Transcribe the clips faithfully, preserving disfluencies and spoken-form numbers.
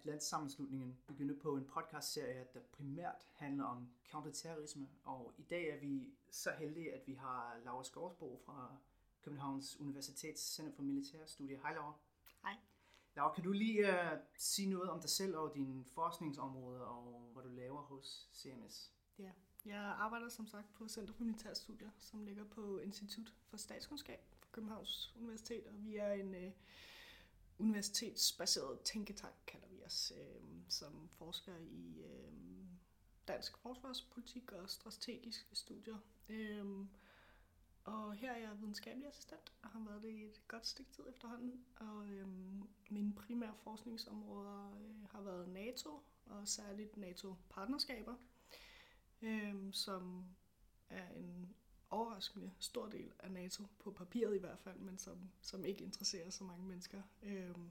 Atlantersammenslutningen begyndte på en podcastserie, der primært handler om counterterrorisme, og i dag er vi så heldige, at vi har Laura Skovsbo fra Københavns Universitets Center for Militære Studier. Hej Laura. Hej. Laura, kan du lige uh, sige noget om dig selv og dine forskningsområder og hvad du laver hos C M S? Ja, jeg arbejder som sagt på Center for Militære Studier, som ligger på Institut for Statskundskab på Københavns Universitet, og vi er en uh, universitetsbaseret tænketank, kalder vi os, øh, som forsker i øh, dansk forsvarspolitik og strategiske studier. Øh, og her er jeg videnskabelig assistent og har været det i et godt stykke tid efterhånden. Og øh, mine primære forskningsområder øh, har været NATO og særligt NATO-partnerskaber, øh, som er en overraskende stor del af NATO, på papiret i hvert fald, men som, som ikke interesserer så mange mennesker. Øhm,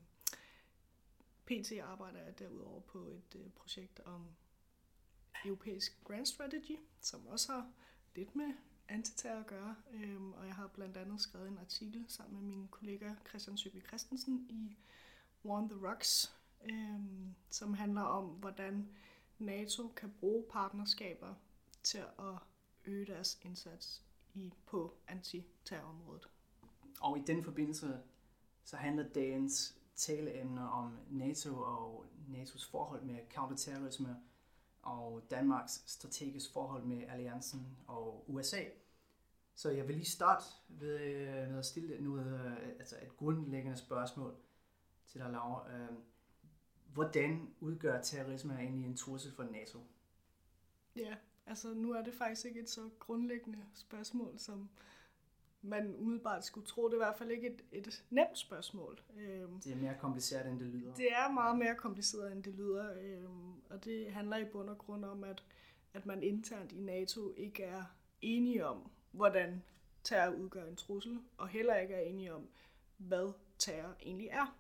P T arbejder jeg derudover på et øh, projekt om europæisk grand strategy, som også har lidt med antiterror at gøre, øhm, og jeg har blandt andet skrevet en artikel sammen med min kollega Christian Søby Christensen i War on the Rocks, øhm, som handler om, hvordan NATO kan bruge partnerskaber til at øge deres indsats i, på antiterrorområdet. Og i den forbindelse så handler dagens taleemner om NATO og NATO's forhold med counterterrorisme og Danmarks strategisk forhold med alliancen og U S A. Så jeg vil lige starte ved, ved at stille noget, altså et grundlæggende spørgsmål til dig, Laura. Hvordan udgør terrorisme egentlig en trussel for NATO? Ja, altså nu er det faktisk ikke et så grundlæggende spørgsmål, som man umiddelbart skulle tro. Det er i hvert fald ikke et, et nemt spørgsmål. Det er mere kompliceret, end det lyder. Det er meget mere kompliceret, end det lyder. Og det handler i bund og grund om, at, at man internt i NATO ikke er enige om, hvordan terror udgør en trussel, og heller ikke er enige om, hvad terror egentlig er.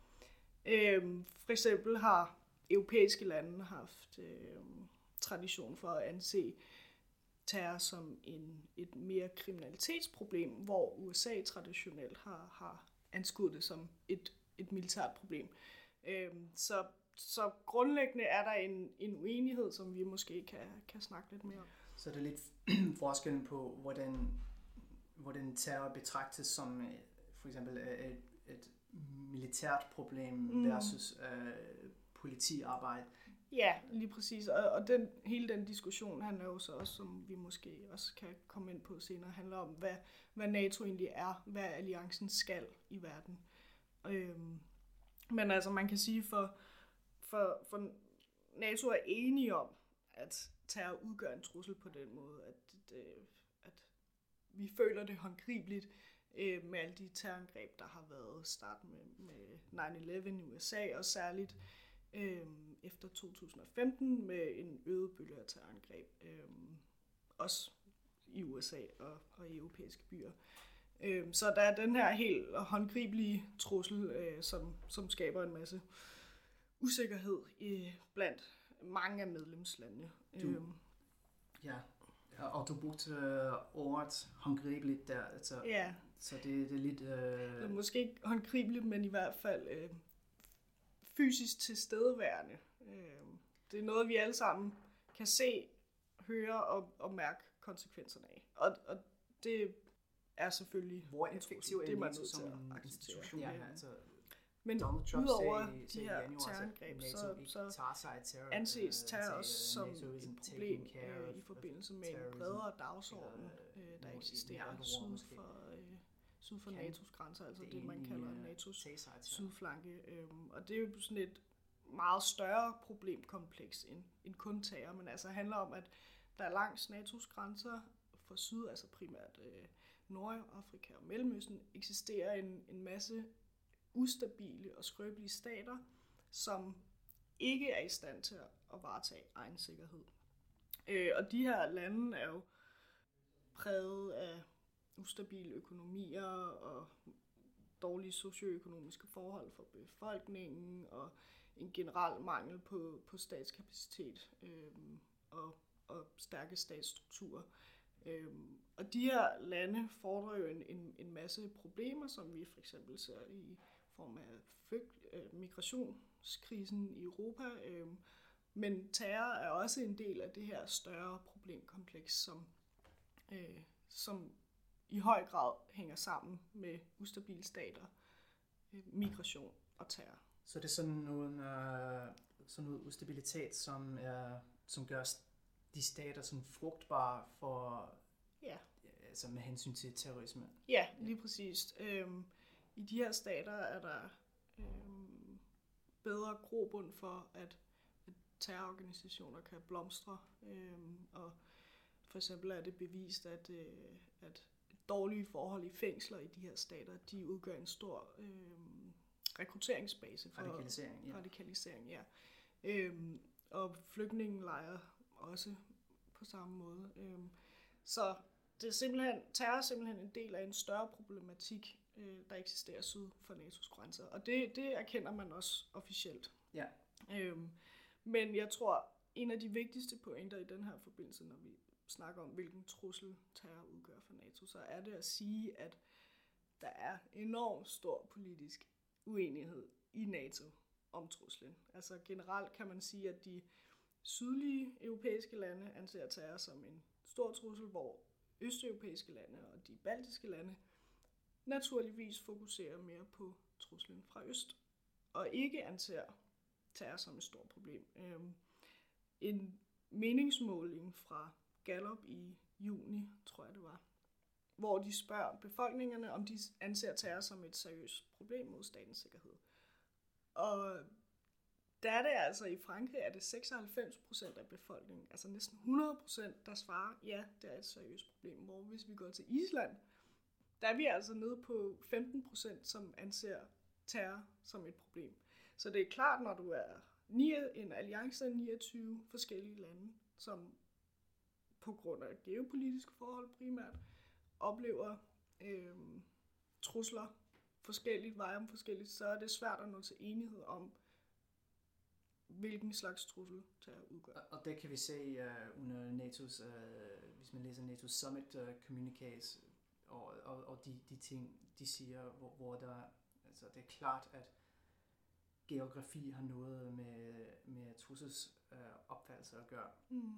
For eksempel har europæiske lande haft tradition for at anse terror som en, et mere kriminalitetsproblem, hvor U S A traditionelt har, har anskuet det som et, et militært problem. Øhm, så, så grundlæggende er der en, en uenighed, som vi måske kan, kan snakke lidt mere om. Så det er lidt forskellen på, hvordan, hvordan terror betragtes som for eksempel et, et militært problem mm. versus øh, politiarbejde. Ja, lige præcis. Og, og den, hele den diskussion handler jo så også, som vi måske også kan komme ind på senere, handler om, hvad, hvad NATO egentlig er, hvad alliancen skal i verden. Øhm, men altså, man kan sige, for, for, for NATO er enige om, at terror udgør en trussel på den måde, at, det, at vi føler det håndgribeligt øh, med alle de terrorangreb, der har været start med, med nine eleven i U S A, og særligt Øhm, efter to tusind og femten med en øget bølge af terrorangreb, øhm, også i U S A og, og i europæiske byer. Øhm, så der er den her helt håndgribelige trussel, øh, som, som skaber en masse usikkerhed i, blandt mange af medlemslandene. Du, øhm. Ja, og du brugte øh, ordet håndgribeligt der, altså, ja. Så det, det er lidt... Øh... Det er måske ikke håndgribeligt, men i hvert fald Øh, fysisk tilstedeværende. Det er noget, vi alle sammen kan se, høre og, og mærke konsekvenserne af. Og, og det er selvfølgelig hvor effektiv det, man NATO som en institution. Ja, altså, men udover de her terrorangreb, så, så anses terror også som et problem øh, i forbindelse med en bredere dagsorden, øh, der eksisterer syd for syd for NATO's grænser, altså det, man kalder NATO's sydflanke. Øhm, og det er jo sådan et meget større problemkompleks end, end kun terror, men altså handler om, at der langs NATO's grænser for syd, altså primært øh, Nordafrika og Mellemøsten, eksisterer en, en masse ustabile og skrøbelige stater, som ikke er i stand til at varetage egen sikkerhed. Øh, og de her lande er jo præget af ustabile økonomier og dårlige socioøkonomiske forhold for befolkningen og en generel mangel på, på statskapacitet øhm, og, og stærke statsstrukturer. Øhm, og de her lande fordrer jo en, en, en masse problemer, som vi for eksempel ser i form af flygt, øh, migration migrationskrisen i Europa, øh, men terror er også en del af det her større problemkompleks, som, øh, som i høj grad hænger sammen med ustabile stater, øh, migration og terror. Så det er sådan noget, øh, sådan noget ustabilitet, som, er, som gør de stater sådan frugtbare for, ja. altså med hensyn til terrorisme? Ja, lige præcis. Øhm, I de her stater er der øhm, bedre grobund for, at, at terrororganisationer kan blomstre, øhm, og for eksempel er det bevist, at, øh, at dårlige forhold i fængsler i de her stater, de udgør en stor øhm, rekrutteringsbase for radikalisering. Ja. radikalisering, ja. Øhm, og flygtningelejre også på samme måde. Øhm, så det er simpelthen, terror er simpelthen en del af en større problematik, øh, der eksisterer syd for N A T O's grænser. Og det, det erkender man også officielt. Ja. Øhm, men jeg tror, en af de vigtigste pointer i den her forbindelse, når vi snakker om, hvilken trussel terror udgør for NATO, så er det at sige, at der er enormt stor politisk uenighed i NATO om truslen. Altså generelt kan man sige, at de sydlige europæiske lande anser terror som en stor trussel, hvor østeuropæiske lande og de baltiske lande naturligvis fokuserer mere på truslen fra øst, og ikke anser terror som et stort problem. Øhm, en meningsmåling fra Gallup i juni, tror jeg det var, hvor de spørger befolkningerne, om de anser terror som et seriøst problem mod statens sikkerhed. Og der er det altså i Frankrig, er det seksoghalvfems procent af befolkningen, altså næsten hundrede procent, der svarer, ja, det er et seriøst problem. Hvor hvis vi går til Island, der er vi altså nede på femten procent, som anser terror som et problem. Så det er klart, når du er en alliance af niogtyve forskellige lande, som på grund af geopolitiske forhold primært, oplever øh, trusler forskelligt, vejer om forskelligt, så er det svært at nå til enighed om, hvilken slags trussel terror udgør. Og det kan vi se uh, under N A T O's, uh, hvis man læser N A T O's Summit uh, Communiques, og, og, og de, de ting, de siger, hvor, hvor der, altså det er klart, at geografi har noget med, med trussels uh, opfattelse at gøre. Mm.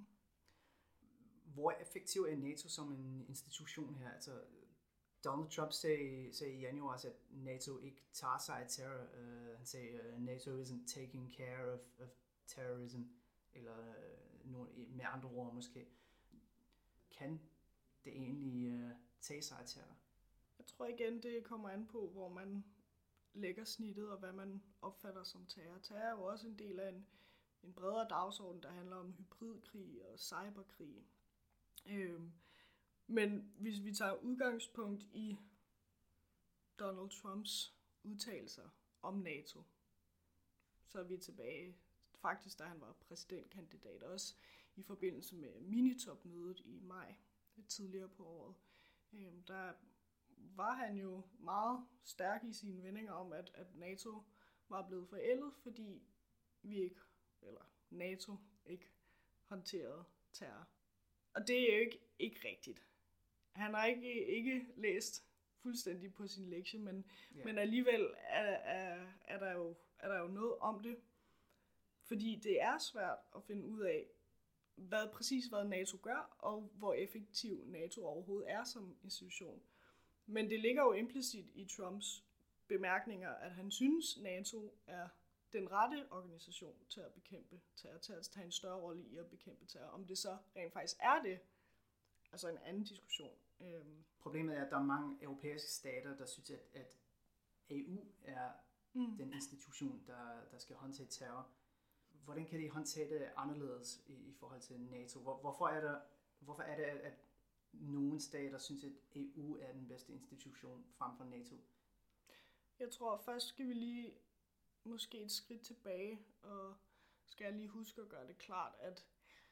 Hvor effektiv er NATO som en institution her? Altså, Donald Trump sagde, sagde i januar, at NATO ikke tager sig af terror. Uh, han sagde, uh, NATO isn't taking care of, of terrorism, eller uh, nogle, med andre ord måske. Kan det egentlig uh, tage sig af terror? Jeg tror igen, det kommer an på, hvor man lægger snittet, og hvad man opfatter som terror. Terror er jo også en del af en, en bredere dagsorden, der handler om hybridkrig og cyberkrig. Øhm, men hvis vi tager udgangspunkt i Donald Trumps udtalelser om NATO, så er vi tilbage, faktisk da han var præsidentkandidat, også i forbindelse med minitopmødet i maj, tidligere på året. Øhm, der var han jo meget stærk i sine vendinger om, at, at NATO var blevet forældet, fordi vi ikke, eller NATO ikke håndterede terror. Og det er jo ikke, ikke rigtigt. Han har ikke, ikke læst fuldstændig på sin lektie, men, yeah. men alligevel er, er, er, der jo, er der jo noget om det. Fordi det er svært at finde ud af, hvad præcis hvad NATO gør, og hvor effektiv NATO overhovedet er som institution. Men det ligger jo implicit i Trumps bemærkninger, at han synes, NATO er den rette organisation til at bekæmpe terror, til at tage en større rolle i at bekæmpe terror. Om det så rent faktisk er det, altså en anden diskussion. Øhm. Problemet er, at der er mange europæiske stater, der synes, at, at E U er mm. den institution, der, der skal håndtere terror. Hvordan kan de håndtere det anderledes i, i forhold til NATO? Hvor, hvorfor, er der, hvorfor er det, at, at nogle stater synes, at E U er den bedste institution frem for NATO? Jeg tror, først skal vi lige måske et skridt tilbage, og skal jeg lige huske at gøre det klart, at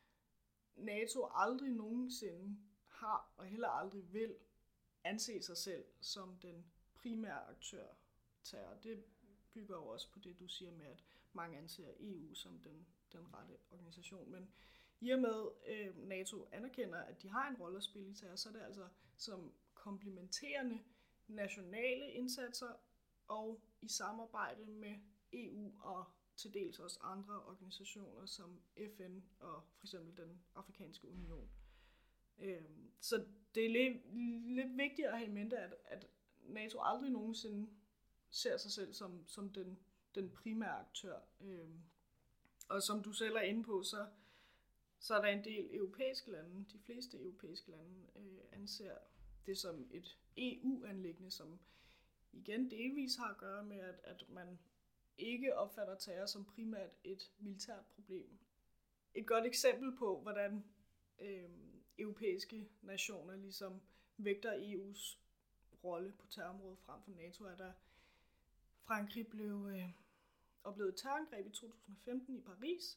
NATO aldrig nogensinde har, og heller aldrig vil, anse sig selv som den primære aktør terror. Det bygger jo også på det, du siger med, at mange anser E U som den, den rette organisation. Men i og med øh, NATO anerkender, at de har en rolle at spille i terror, så er det altså som komplementerende nationale indsatser og i samarbejde med E U og til dels også andre organisationer som F N og for eksempel den Afrikanske Union. Øhm, så det er lidt, lidt vigtigt at have i mente, at, at NATO aldrig nogensinde ser sig selv som, som den, den primære aktør. Øhm, og som du selv er inde på, så, så er der en del europæiske lande, de fleste europæiske lande øh, anser det som et E U-anliggende, som igen delvis har at gøre med, at, at man ikke opfatter terror som primært et militært problem. Et godt eksempel på, hvordan øh, europæiske nationer ligesom vægter E U's rolle på terrorområdet frem for NATO, er da Frankrig blev øh, oplevet et terrorangreb i to tusind og femten i Paris.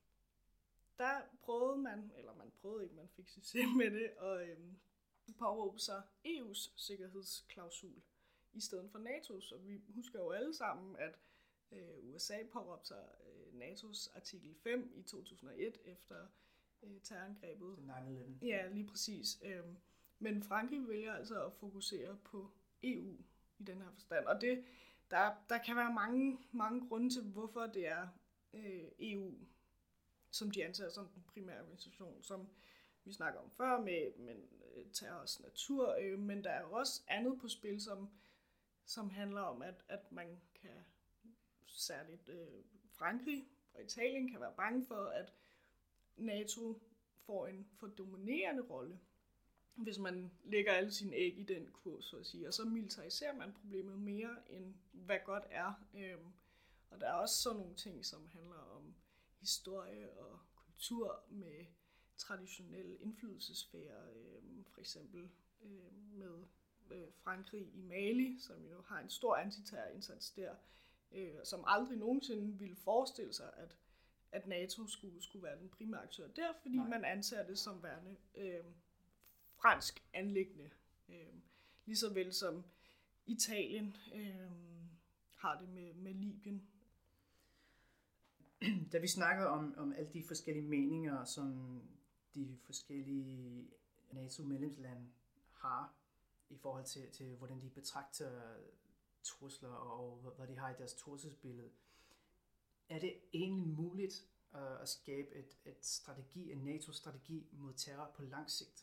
Der prøvede man, eller man prøvede ikke, man fik succes med det, og øh, påråbe sig E U's sikkerhedsklausul i stedet for NATO's. Så vi husker jo alle sammen, at øh, U S A påråbte sig øh, NATO's artikel fem i to tusind og et efter øh, terrorangrebet. nine eleven. Ja, lige præcis. Øhm, men Frankrig vælger altså at fokusere på E U i den her forstand. Og det, der, der kan være mange, mange grunde til, hvorfor det er øh, E U, som de anser som den primære organisation, som vi snakker om før med, med terrors natur. Øh, men der er jo også andet på spil, som, som handler om, at, at man kan særligt øh, Frankrig og Italien kan være bange for, at NATO får en for dominerende rolle, hvis man lægger alle sine æg i den kurv, så at sige. Og så militariserer man problemet mere, end hvad godt er. Øhm, og der er også sådan nogle ting, som handler om historie og kultur med traditionelle indflydelsesfærer. Øhm, for eksempel øh, med øh, Frankrig i Mali, som jo har en stor antiterrorindsats der, øh, som aldrig nogensinde ville forestille sig, at at NATO skulle, skulle være den primære aktør der, fordi Nej. man anser det som værende øh, fransk anliggende. Øh, Ligeså vel som Italien øh, har det med, med Libyen. Da vi snakker om, om alle de forskellige meninger, som de forskellige NATO-medlemslande har i forhold til, til hvordan de betragter trusler og hvad de har i deres trusselsbillede, er det egentlig muligt uh, at skabe et, et strategi, en NATO-strategi mod terror på lang sigt?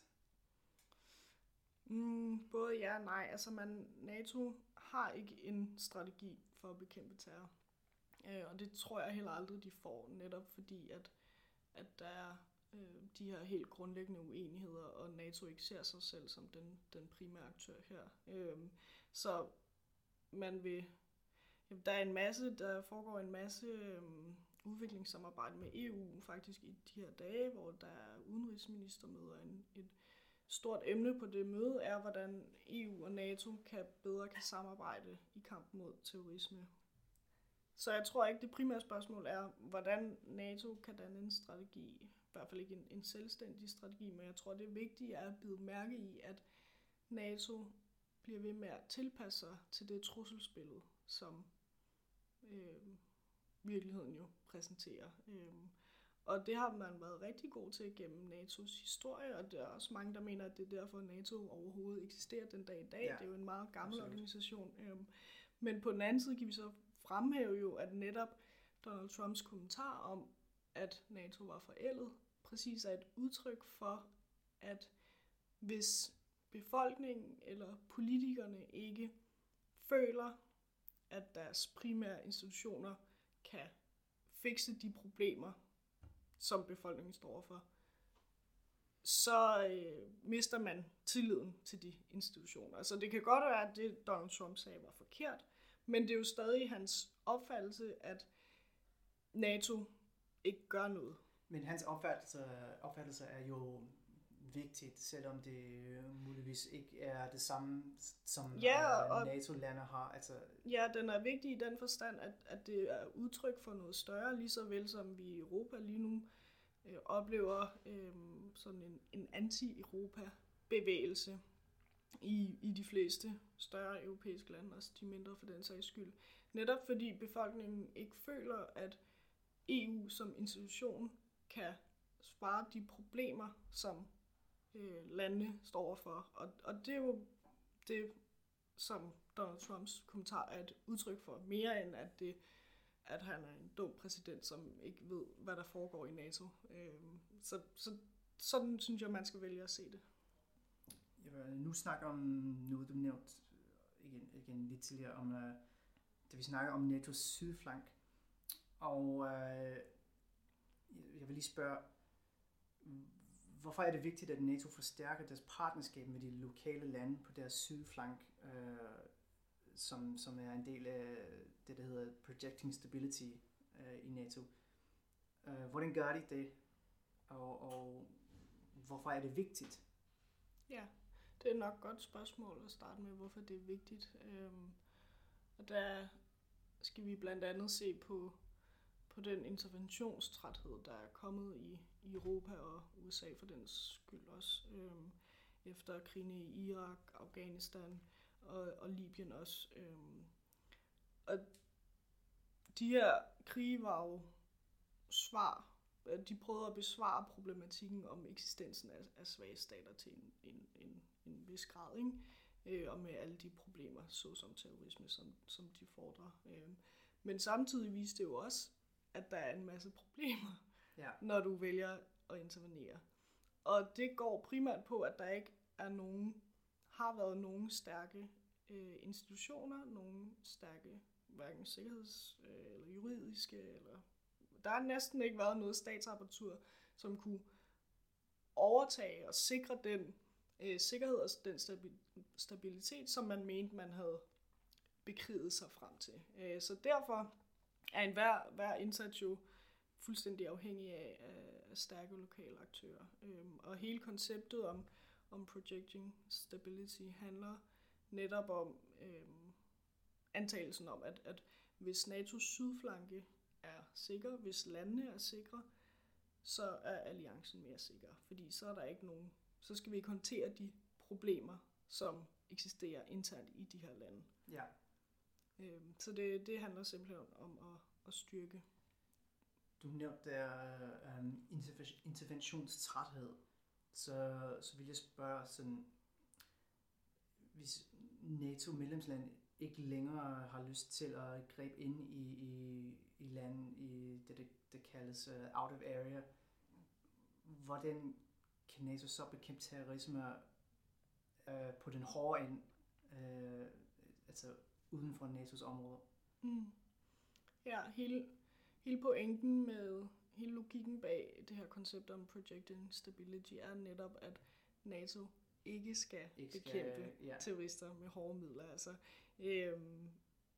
Mm, både ja og nej. Altså man, NATO har ikke en strategi for at bekæmpe terror. Uh, og det tror jeg heller aldrig, de får, netop fordi, at, at der er uh, de her helt grundlæggende uenigheder, og NATO ikke ser sig selv som den, den primære aktør her. Uh, så man vil... Der er en masse, der foregår en masse øhm, udviklingssamarbejde med E U faktisk i de her dage, hvor der er udenrigsministermøder. En, et stort emne på det møde er, hvordan E U og NATO kan bedre kan samarbejde i kampen mod terrorisme. Så jeg tror ikke, det primære spørgsmål er, hvordan NATO kan danne en strategi. I hvert fald ikke en, en selvstændig strategi, men jeg tror, det vigtige er at bide mærke i, at NATO bliver ved med at tilpasse sig til det trusselsbillede, som øh, virkeligheden jo præsenterer. Øh, og det har man været rigtig god til gennem NATO's historie, og der er også mange, der mener, at det er derfor, NATO overhovedet eksisterer den dag i dag. Ja, det er jo en meget gammel absolut. organisation. Øh, men på den anden side kan vi så fremhæve jo, at netop Donald Trumps kommentar om, at NATO var forældet, præcis er et udtryk for, at hvis befolkningen eller politikerne ikke føler, at deres primære institutioner kan fikse de problemer, som befolkningen står overfor, så øh, mister man tilliden til de institutioner. Altså det kan godt være, at det Donald Trump sagde var forkert, men det er jo stadig hans opfattelse, at NATO ikke gør noget. Men hans opfattelse, opfattelse er jo vigtigt, selvom det muligvis ikke er det samme, som ja, uh, NATO-lande har. Altså... Ja, den er vigtig i den forstand, at, at det er udtryk for noget større, lige så vel som vi i Europa lige nu øh, oplever øh, sådan en, en anti-Europa-bevægelse i, i de fleste større europæiske lande, også de mindre for den sags skyld. Netop fordi befolkningen ikke føler, at E U som institution kan spare de problemer, som øh, landene står overfor. Og, og det er jo det, som Donald Trumps kommentar er et udtryk for, mere end at det at han er en dum præsident, som ikke ved, hvad der foregår i NATO. Øhm, så, så sådan synes jeg, man skal vælge at se det. Jeg vil nu snakke om noget, du nævnte igen, igen lidt tidligere, om, uh, da vi snakker om NATO's sydflank. Og uh, jeg vil lige spørge, hvorfor er det vigtigt, at NATO forstærker deres partnerskab med de lokale lande på deres sydflank, uh, som, som er en del af det, der hedder Projecting Stability uh, i NATO? Uh, hvordan gør de det, og, og hvorfor er det vigtigt? Ja, det er nok et godt spørgsmål at starte med, hvorfor det er vigtigt. Øhm, og der skal vi blandt andet se på, på den interventionstræthed, der er kommet i, i Europa og U S A for den skyld også, øhm, efter krigen i Irak, Afghanistan og, og Libyen også. Øhm, og de her krige var jo svar. De prøvede at besvare problematikken om eksistensen af, af svage stater til en, en, en, en vis grad, ikke? Øh, og med alle de problemer, såsom terrorisme, som, som de fordrer. Øh, men samtidig viste det jo også, at der er en masse problemer, ja. Når du vælger at intervenere. Og det går primært på, at der ikke er nogen, har været nogen stærke øh, institutioner, nogen stærke, hverken sikkerheds- øh, eller juridiske eller der har næsten ikke været noget statsapparatur, som kunne overtage og sikre den øh, sikkerhed og den stabilitet, som man mente, man havde bekriget sig frem til. Øh, så derfor er en hver, hver indsats jo fuldstændig afhængig af, af stærke lokale aktører. Øh, og hele konceptet om, om Projecting Stability handler netop om øh, antagelsen om, at, at hvis NATO's sydflanke er sikker, hvis landene er sikre, så er alliancen mere sikker. Fordi så er der ikke nogen, så skal vi ikke håndtere de problemer, som eksisterer internt i de her lande. Ja. Øhm, så det, det handler simpelthen om at, at styrke. Du nævnte der um, interventionstræthed, så, så vil jeg spørge sådan, hvis NATO-medlemsland ikke længere har lyst til at gribe ind i, i, i lande i det, det, det kaldes uh, out of area, hvordan kan NATO så bekæmpe terrorisme uh, på den hårde end, uh, altså uden for NATO's område? Mm. Ja, hele, hele pointen med, hele logikken bag det her koncept om Projecting Stability er netop, at NATO ikke skal ikke bekæmpe skal, ja. terrorister med hårde midler. Altså, øhm,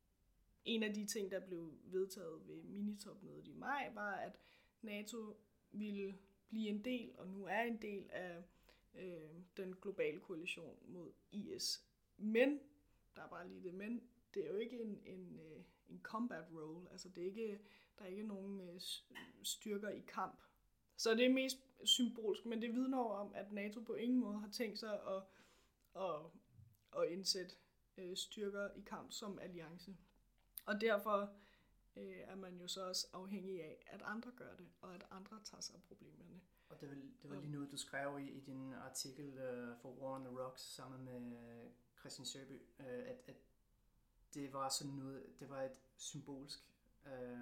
en af de ting, der blev vedtaget ved minitopmødet i maj, var, at NATO ville blive en del, og nu er en del af øh, den globale koalition mod I S. Men, der er bare lige det men, det er jo ikke en, en, en combat role. Altså, det er ikke, der er ikke nogen styrker i kamp. Så det er mest symbolsk, men det vidner om, at NATO på ingen måde har tænkt sig at, at, at indsætte styrker i kamp som alliance. Og derfor øh, er man jo så også afhængig af, at andre gør det, og at andre tager sig af problemerne. Og det var, det var lige noget, du skrev i, i din artikel uh, for War on the Rocks sammen med Christian Søby, uh, at, at det var sådan noget, det var et symbolsk uh,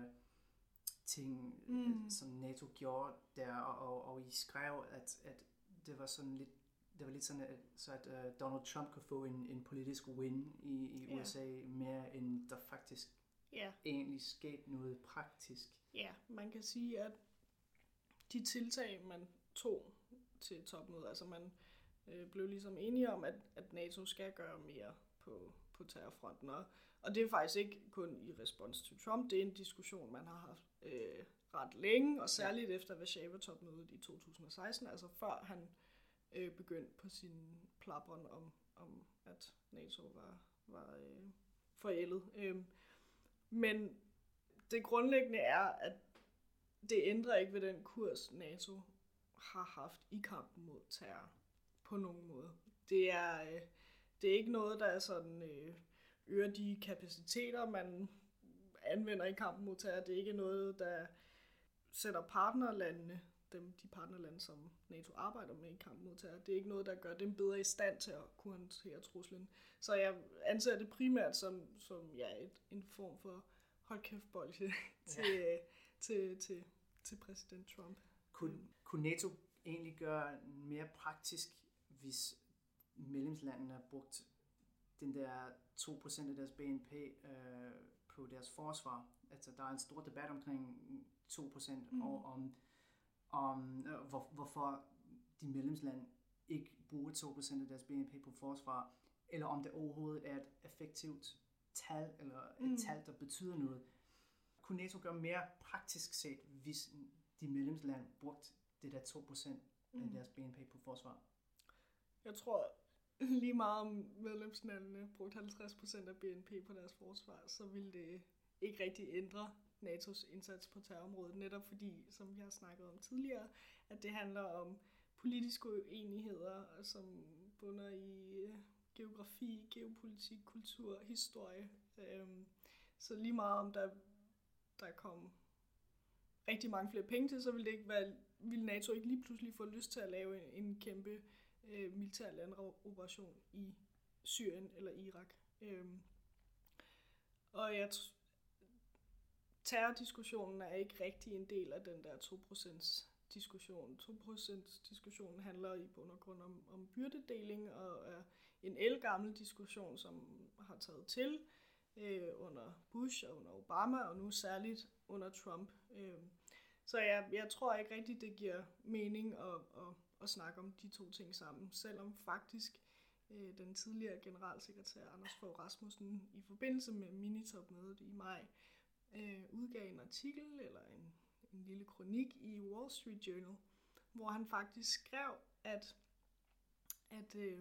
ting, mm. som NATO gjorde der, og, og, og I skrev, at, at det var sådan lidt, det var lidt sådan, at, så at uh, Donald Trump kunne få en, en politisk win i, i yeah. U S A, mere end der faktisk yeah. egentlig skete noget praktisk. Ja, yeah, man kan sige, at de tiltag, man tog til topmødet, altså man øh, blev ligesom enige om, at, at NATO skal gøre mere på, på terrorfronten. Og, og det er faktisk ikke kun i respons til Trump, det er en diskussion, man har haft øh, ret længe, og særligt efter Warszawa-topmødet i to tusind og seksten, altså før han øh, begyndte på sin plapren om, om at NATO var, var øh, forældet. Øh, men det grundlæggende er, at det ændrer ikke ved den kurs, NATO har haft i kampen mod terror på nogen måde. Det er, øh, det er ikke noget, der er sådan, øh, øger de kapaciteter, man anvender i kampen mod terror. Det er ikke noget, der sætter partnerlandene, dem, de partnerlande, som NATO arbejder med i kampen mod terror, det er ikke noget, der gør dem bedre i stand til at kunne håndtere truslen. Så jeg anser det primært som, som ja, et, en form for hold kæft bolsje til, ja. til, til, til præsident Trump. Kunne, kunne NATO egentlig gøre mere praktisk, hvis medlemslandene har brugt den der to procent af deres B N P øh, på deres forsvar? Altså, der er en stor debat omkring to procent, mm. og om, om øh, hvor, hvorfor de medlemslande ikke bruger to procent af deres B N P på forsvar, eller om det overhovedet er et effektivt tal, eller et mm. tal, der betyder noget. Kunne NATO gøre mere praktisk set, hvis de medlemslande brugte det der to procent af mm. deres B N P på forsvar? Jeg tror lige meget om medlemslandene brugte halvtreds procent af B N P på deres forsvar, så ville det ikke rigtig ændre N A T O's indsats på terrorområdet, netop fordi, som vi har snakket om tidligere, at det handler om politiske uenigheder, som bunder i geografi, geopolitik, kultur, historie. Så lige meget om der, der kom rigtig mange flere penge til, så ville, det ikke være, ville NATO ikke lige pludselig få lyst til at lave en kæmpe øh, militær landoperation i Syrien eller Irak. Øhm, og jeg t- terrordiskussionen er ikke rigtig en del af den der to procent diskussion. to procent diskussionen handler i bund og grund om, om byrdedeling og er en ældgammel diskussion, som har taget til øh, under Bush og under Obama og nu særligt under Trump. Øh, så jeg, jeg tror ikke rigtig, det giver mening at, at, at snakke om de to ting sammen, selvom faktisk øh, den tidligere generalsekretær Anders Fogh Rasmussen i forbindelse med minitopmødet i maj øh, udgav en artikel eller en, en lille kronik i Wall Street Journal, hvor han faktisk skrev, at, at, øh,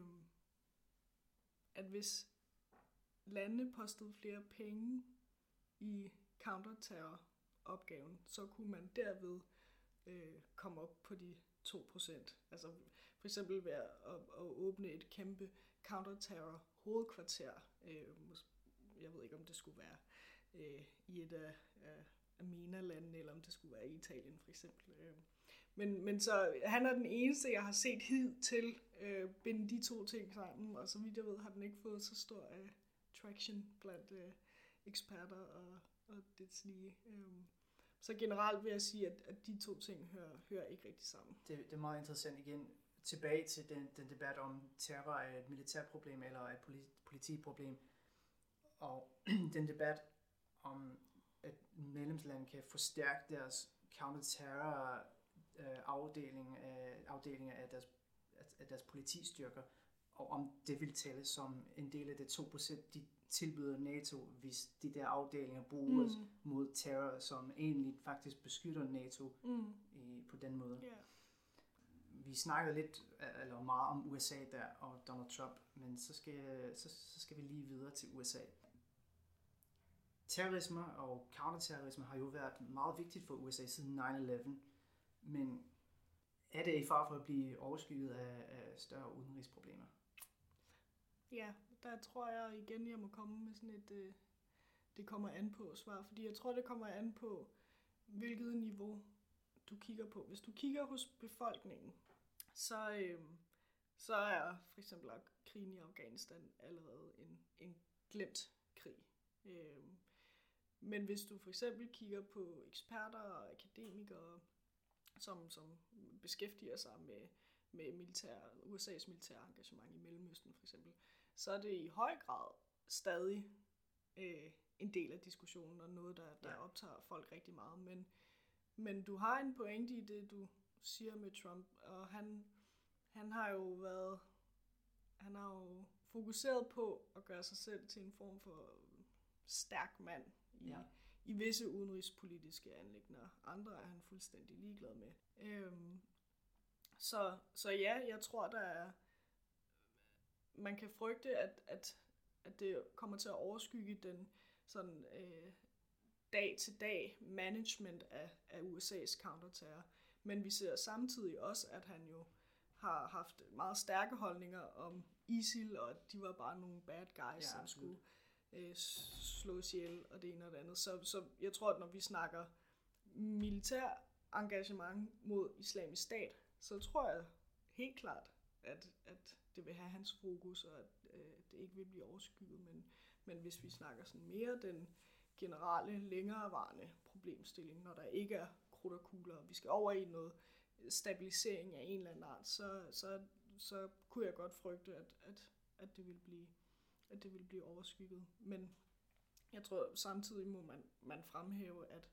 at hvis landene postede flere penge i counterterror-opgaven, så kunne man derved øh, komme op på de to procent. Altså for eksempel ved at, at, at åbne et kæmpe counterterror-hovedkvarter. Øh, jeg ved ikke, om det skulle være øh, i et af, af MENA-landene, eller om det skulle være i Italien for eksempel. Øh. Men, men så han er den eneste, jeg har set hidtil øh, binde de to ting sammen, og så vidt jeg ved, har den ikke fået så stor øh, traction blandt øh, eksperter og, og dets lige. Øh. Så generelt vil jeg sige, at, at de to ting hører, hører ikke rigtig sammen. Det, det er meget interessant igen. Tilbage til den, den debat om terror er et militærproblem eller et politi- politiproblem. Og den debat om, at medlemslandene kan forstærke deres counterterror øh, afdeling, øh, afdelinger af deres, af deres politistyrker, og om det vil tælle som en del af det to procent, de tilbyder NATO, hvis de der afdelinger bruges mm. mod terror, som egentlig faktisk beskytter NATO mm. i, på den måde. Yeah. Vi snakkede lidt eller meget om U S A der og Donald Trump, men så skal, så, så skal vi lige videre til U S A. Terrorisme og counterterrorisme har jo været meget vigtigt for U S A siden nine eleven, men er det i fare for at blive overskygget af, af større udenrigsproblemer? Ja, der tror jeg igen, jeg må komme med sådan et, øh, det kommer an på svar, fordi jeg tror, det kommer an på, hvilket niveau du kigger på. Hvis du kigger hos befolkningen, så, øh, så er for eksempel krigen i Afghanistan allerede en, en glemt krig. Øh, men hvis du for eksempel kigger på eksperter og akademikere, som, som beskæftiger sig med, med militær, U S A's militære engagement i Mellemøsten for eksempel, så er det i høj grad stadig øh, en del af diskussionen og noget, der, der optager folk rigtig meget. Men, men du har en pointe i det, du siger med Trump, og han, han har jo været, han har jo fokuseret på at gøre sig selv til en form for stærk mand i, ja. i visse udenrigspolitiske anliggender. Andre er han fuldstændig ligeglad med. Øhm, så, så ja, jeg tror, der er, man kan frygte, at, at, at det kommer til at overskygge den sådan øh, dag-til-dag management af, af U S A's counterterror. Men vi ser samtidig også, at han jo har haft meget stærke holdninger om ISIL, og at de var bare nogle bad guys, ja, som skulle øh, slås ihjel, og det ene og det andet. Så, så jeg tror, at når vi snakker militær engagement mod Islamisk Stat, så tror jeg helt klart, at, at det vil have hans fokus, og at øh, det ikke vil blive overskygget. Men, men hvis vi snakker sådan mere den generelle, længerevarende problemstilling, når der ikke er krudt og kugler, og vi skal over i noget stabilisering af en eller anden art, så, så, så kunne jeg godt frygte, at, at, at, det ville blive, at det ville blive overskygget. Men jeg tror samtidig må man, man fremhæve, at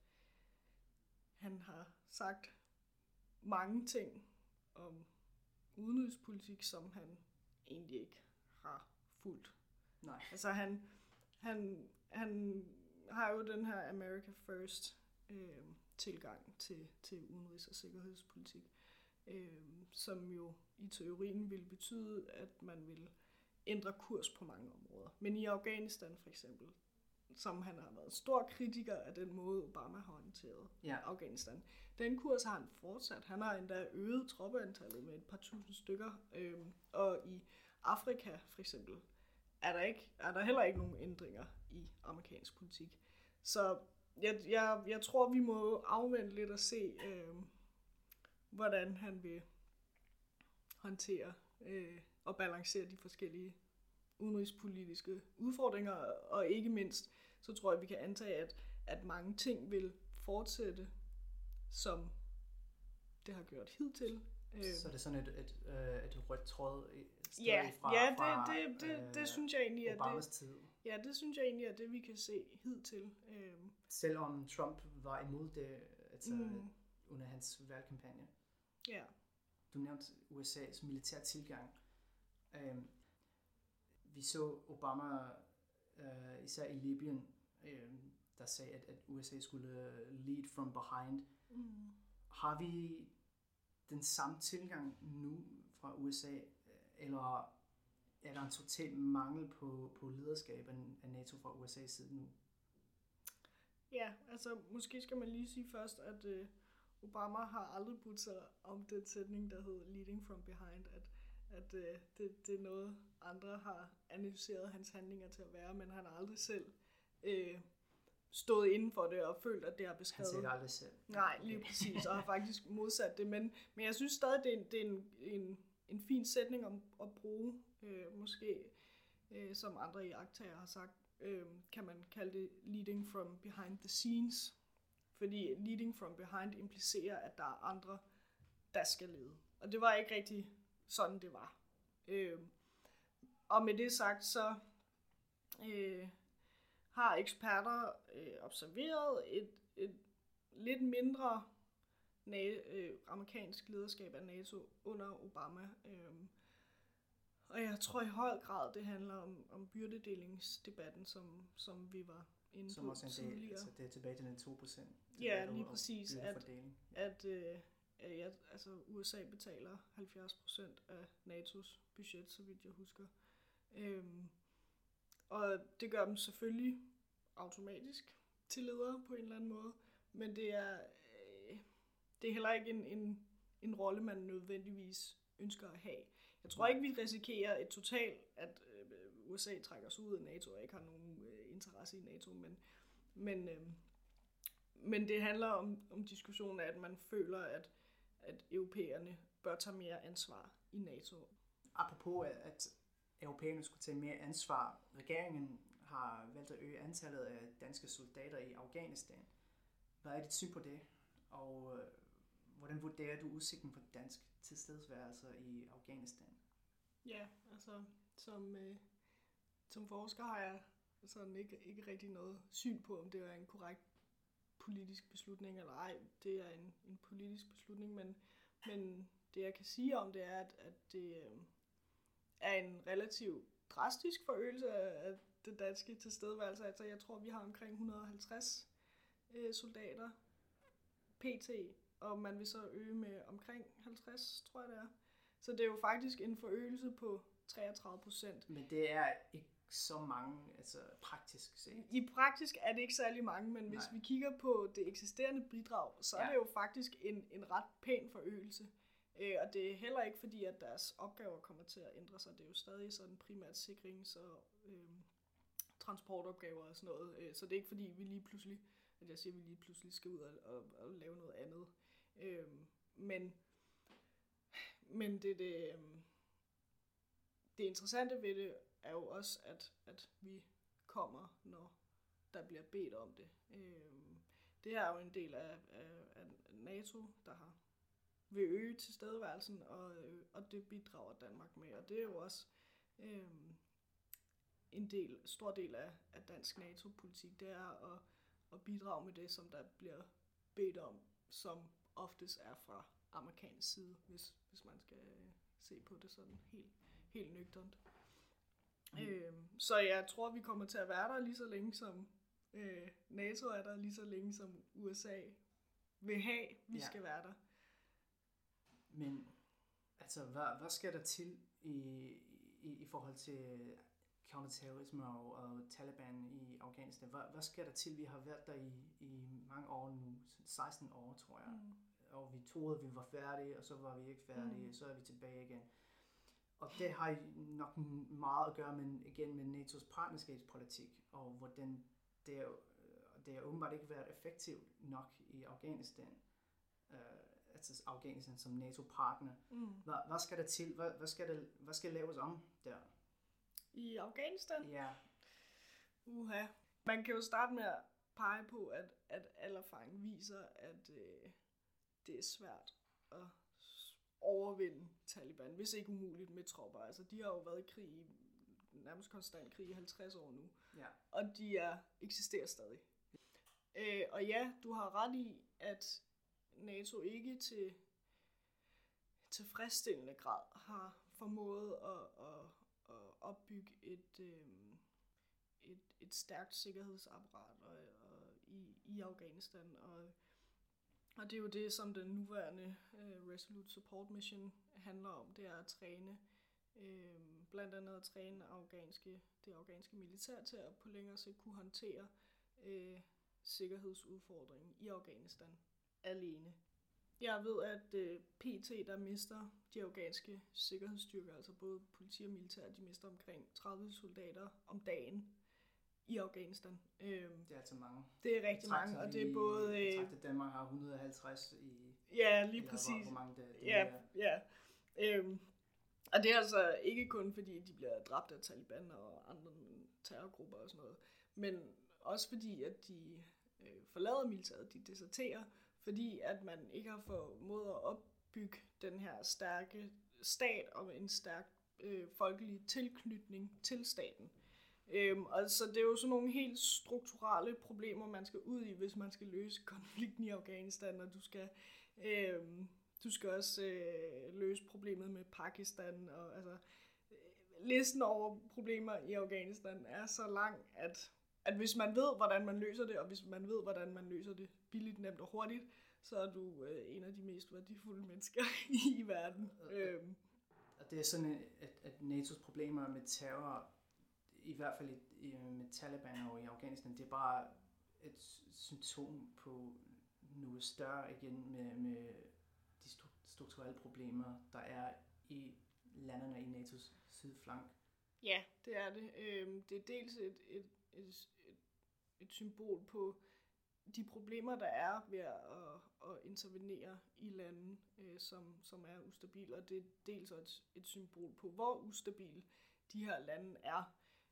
han har sagt mange ting om udenrigspolitik, som han egentlig ikke har fulgt. Nej. Altså han, han, han har jo den her America First øh, tilgang til, til udenrigs- og sikkerhedspolitik, øh, som jo i teorien ville betyde, at man ville ændre kurs på mange områder. Men i Afghanistan for eksempel, som han har været stor kritiker af den måde, Obama har håndteret ja. Afghanistan. Den kurs har han fortsat. Han har endda øget troppeantallet med et par tusind stykker. Øhm, og i Afrika for eksempel, er der, ikke, er der heller ikke nogen ændringer i amerikansk politik. Så jeg, jeg, jeg tror, vi må afvente lidt og se, øhm, hvordan han vil håndtere øh, og balancere de forskellige udenrigspolitiske udfordringer, og ikke mindst, så tror jeg, vi kan antage, at, at mange ting vil fortsætte, som det har gjort hidtil. Så er det sådan et, et, et, et rødt tråd stadig ja, fra, ja, det, fra det, det, det, det synes jeg egentlig, at Obamas det, tid? Ja, det synes jeg egentlig, at det vi kan se hidtil. Selvom Trump var imod det altså, mm. under hans valgkampagne. Ja. Du nævnte U S A's militær tilgang. Um, Vi så Obama, øh, især i Libyen, øh, der sagde, at, at U S A skulle lead from behind. Mm. Har vi den samme tilgang nu fra U S A, eller er der en total mangel på, på lederskab af NATO fra U S A's side nu? Ja, altså måske skal man lige sige først, at øh, Obama har aldrig budt sig om den sætning, der hed leading from behind, at at øh, det, det er noget, andre har analyseret hans handlinger til at være, men han har aldrig selv øh, stået inden for det og følt, at det har beskrevet. Han siger det aldrig selv. Nej, lige okay. Præcis, og har faktisk modsat det, men, men jeg synes stadig, det er en, det er en, en, en fin sætning om, at bruge, øh, måske øh, som andre iagttagere har sagt, øh, kan man kalde det leading from behind the scenes, fordi leading from behind implicerer, at der er andre, der skal lede. Og det var ikke rigtig sådan det var. Øh, og med det sagt, så øh, har eksperter øh, observeret et, et lidt mindre na- øh, amerikansk lederskab af NATO under Obama. Øh, og jeg tror i høj grad, det handler om, om byrdedelingsdebatten, som, som vi var inde som på også tidligere. Del, altså det er tilbage til den to procent. Ja, lige præcis. At, at øh, Ja, altså U S A betaler halvfjerds procent af NATO's budget, så vidt jeg husker. Øhm, og det gør dem selvfølgelig automatisk til ledere på en eller anden måde, men det er, øh, det er heller ikke en, en, en rolle, man nødvendigvis ønsker at have. Jeg tror ikke, vi risikerer et totalt, at øh, U S A trækker sig ud af NATO og ikke har nogen øh, interesse i NATO, men, men, øh, men det handler om, om diskussionen af, at man føler, at at europæerne bør tage mere ansvar i NATO. Apropos at europæerne skulle tage mere ansvar, regeringen har valgt at øge antallet af danske soldater i Afghanistan. Hvad er dit syn på det? Og øh, hvordan vurderer du udsigten for dansk tilstedeværelse i Afghanistan? Ja, altså som, øh, som forsker har jeg sådan ikke, ikke rigtig noget syn på, om det er en korrekt politisk beslutning eller ej. Det er en, en politisk beslutning, men, men det jeg kan sige om det er, at, at det øh, er en relativt drastisk forøgelse af, af det danske tilstedeværelse. Altså jeg tror, vi har omkring et hundrede og halvtreds øh, soldater pt, og man vil så øge med omkring halvtreds, tror jeg det er. Så det er jo faktisk en forøgelse på treogtredive procent. Men det er ikke så mange, altså praktisk set. I praktisk er det ikke særlig mange, men hvis Nej. vi kigger på det eksisterende bidrag, så ja. er det jo faktisk en, en ret pæn forøgelse. Øh, og det er heller ikke fordi, at deres opgaver kommer til at ændre sig. Det er jo stadig sådan primært sikrings- og øh, transportopgaver og sådan noget. Øh, så det er ikke fordi, vi lige pludselig, at jeg siger, at vi lige pludselig skal ud og, og, og lave noget andet. Øh, men men det, det, øh, det interessante ved det er jo også, at, at vi kommer, når der bliver bedt om det. Øh, det er jo en del af, af, af NATO, der har vil øge tilstedeværelsen, og, og det bidrager Danmark med. Og det er jo også øh, en del, stor del af, af dansk NATO-politik, det er at, at bidrage med det, som der bliver bedt om, som oftest er fra amerikansk side, hvis, hvis man skal se på det sådan helt, helt nøgternt. Mm. Øh, så jeg tror, vi kommer til at være der lige så længe, som øh, NATO er der, lige så længe som U S A vil have, vi ja. skal være der. Men altså, hvad, hvad skal der til i, i, i forhold til counterterrorisme og, og Taliban i Afghanistan? Hvad, hvad skal der til? Vi har været der i, i mange år nu, seksten år, tror jeg. Mm. Og vi troede, at vi var færdige, og så var vi ikke færdige, mm. så er vi tilbage igen. Og det har nok meget at gøre med, igen med N A T O's partnerskabspolitik, og hvordan det er, det er åbenbart ikke været effektivt nok i Afghanistan. Uh, altså Afghanistan som NATO-partner. Mm. Hvad, hvad skal der til? Hvad, hvad, skal der, hvad skal laves om der? I Afghanistan? Ja. Uha. Man kan jo starte med at pege på, at, at al erfaring viser, at øh, det er svært at overvinde Taliban, hvis ikke umuligt med tropper. Altså, de har jo været i krig i, nærmest konstant krig i halvtreds år nu. Ja. Og de er, eksisterer stadig. Øh, og ja, du har ret i, at NATO ikke til tilfredsstillende grad har formået at, at, at opbygge et, øh, et, et stærkt sikkerhedsapparat og, og i, i Afghanistan. Og, og det er jo det, som den nuværende uh, Resolute Support Mission handler om. Det er at træne, øh, blandt andet at træne afghanske, det afghanske militær til at på længere sigt kunne håndtere øh, sikkerhedsudfordringen i Afghanistan alene. Jeg ved, at øh, P T, der mister de afghanske sikkerhedsstyrker, altså både politi og militær, de mister omkring tredive soldater om dagen i Afghanistan. Øhm, det er altså mange. Det er rigtig mange, og det er både... Øh, at Danmark har et hundrede og halvtreds i... Ja, lige præcis. Hvor, hvor mange det, det ja, er. Ja, øhm, og det er altså ikke kun fordi, de bliver dræbt af Taliban og andre terrorgrupper og sådan noget, men også fordi, at de øh, forlader militæret, de deserterer, fordi at man ikke har formået at opbygge den her stærke stat og en stærk øh, folkelig tilknytning til staten. Øhm, og så det er jo sådan nogle helt strukturelle problemer, man skal ud i, hvis man skal løse konflikten i Afghanistan, og du skal, øh, du skal også øh, løse problemet med Pakistan. Og, altså, øh, listen over problemer i Afghanistan er så lang, at, at hvis man ved, hvordan man løser det, og hvis man ved, hvordan man løser det billigt, nemt og hurtigt, så er du øh, en af de mest værdifulde mennesker i verden. Øhm. Og det er sådan, at, at N A T O's problemer med terror, i hvert fald i, i, med Taliban og i Afghanistan, det er bare et symptom på noget større igen med, med de strukturelle problemer, der er i landene i N A T O's sydflank. Ja, det er det. Øhm, det er dels et, et, et, et, et symbol på de problemer, der er ved at, at intervenere i lande, øh, som, som er ustabile, og det er dels et, et symbol på, hvor ustabile de her lande er.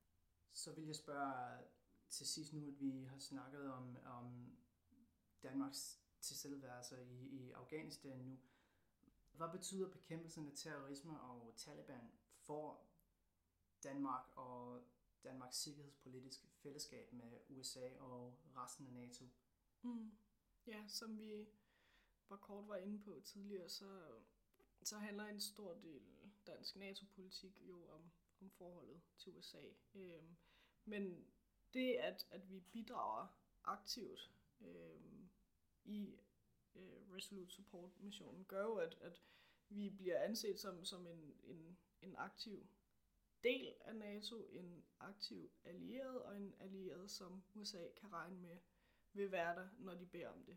Så vil jeg spørge til sidst nu, at vi har snakket om, om Danmarks tilstedeværelse i, i Afghanistan nu. Hvad betyder bekæmpelsen af terrorisme og Taliban for Danmark og Danmarks sikkerhedspolitiske fællesskab med U S A og resten af NATO? Mm. Ja, som vi var kort var inde på tidligere, så, så handler en stor del dansk NATO-politik jo om, om forholdet til U S A. Øhm, men det, at, at vi bidrager aktivt øhm, i øh, Resolute Support-missionen, gør jo, at, at vi bliver anset som, som en, en, en aktiv del af NATO, en aktiv allieret, og en allieret, som U S A kan regne med vil være der, når de beder om det.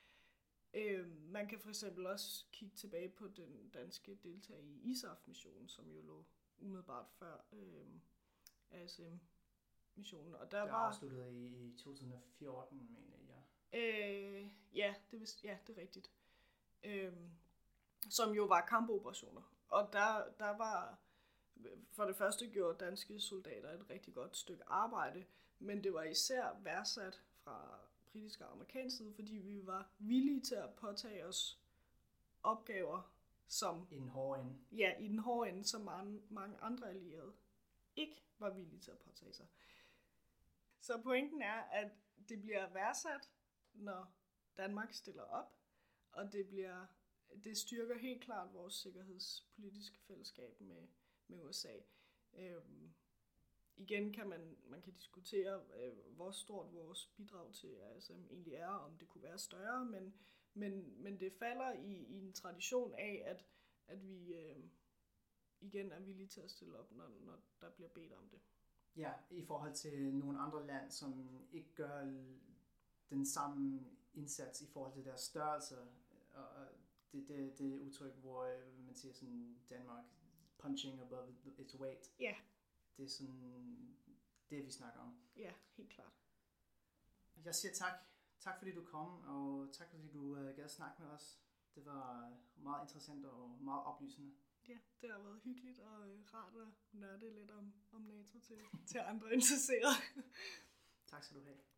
Øh, man kan for eksempel også kigge tilbage på den danske deltager i I S A F-missionen, som jo lå umiddelbart før øh, A S M-missionen. Og der det var afsluttet i to tusind og fjorten, mener jeg. Øh, ja, det er, ja, det er rigtigt. Øh, som jo var kampoperationer. Og der, der var... For det første gjorde danske soldater et rigtig godt stykke arbejde, Men det var især værdsat fra britisk og amerikansk side, fordi vi var villige til at påtage os opgaver, som i den hårde ende. Ja, i den hårde ende, som mange, mange andre allierede ikke var villige til at påtage sig. Så pointen er, at det bliver værdsat, når Danmark stiller op, og det bliver det styrker helt klart vores sikkerhedspolitiske fællesskab med, med U S A. Øhm, igen kan man, man kan diskutere, øh, hvor stort vores bidrag til A S M egentlig er, om det kunne være større, men, men, men det falder i, i en tradition af, at, at vi øh, igen er villige til at stille op, når, når der bliver bedt om det. Ja, i forhold til nogle andre lande, som ikke gør den samme indsats i forhold til deres størrelse. Og det, det, det er udtryk, hvor man siger sådan Danmark punching above its weight. Ja. Det er sådan det, vi snakker om. Ja, helt klart. Jeg siger tak. Tak fordi du kom, og tak fordi du uh, gad snakke med os. Det var meget interessant og meget oplysende. Ja, det har været hyggeligt og rart at nørde lidt om, om NATO til, til andre interesserede. Tak skal du have.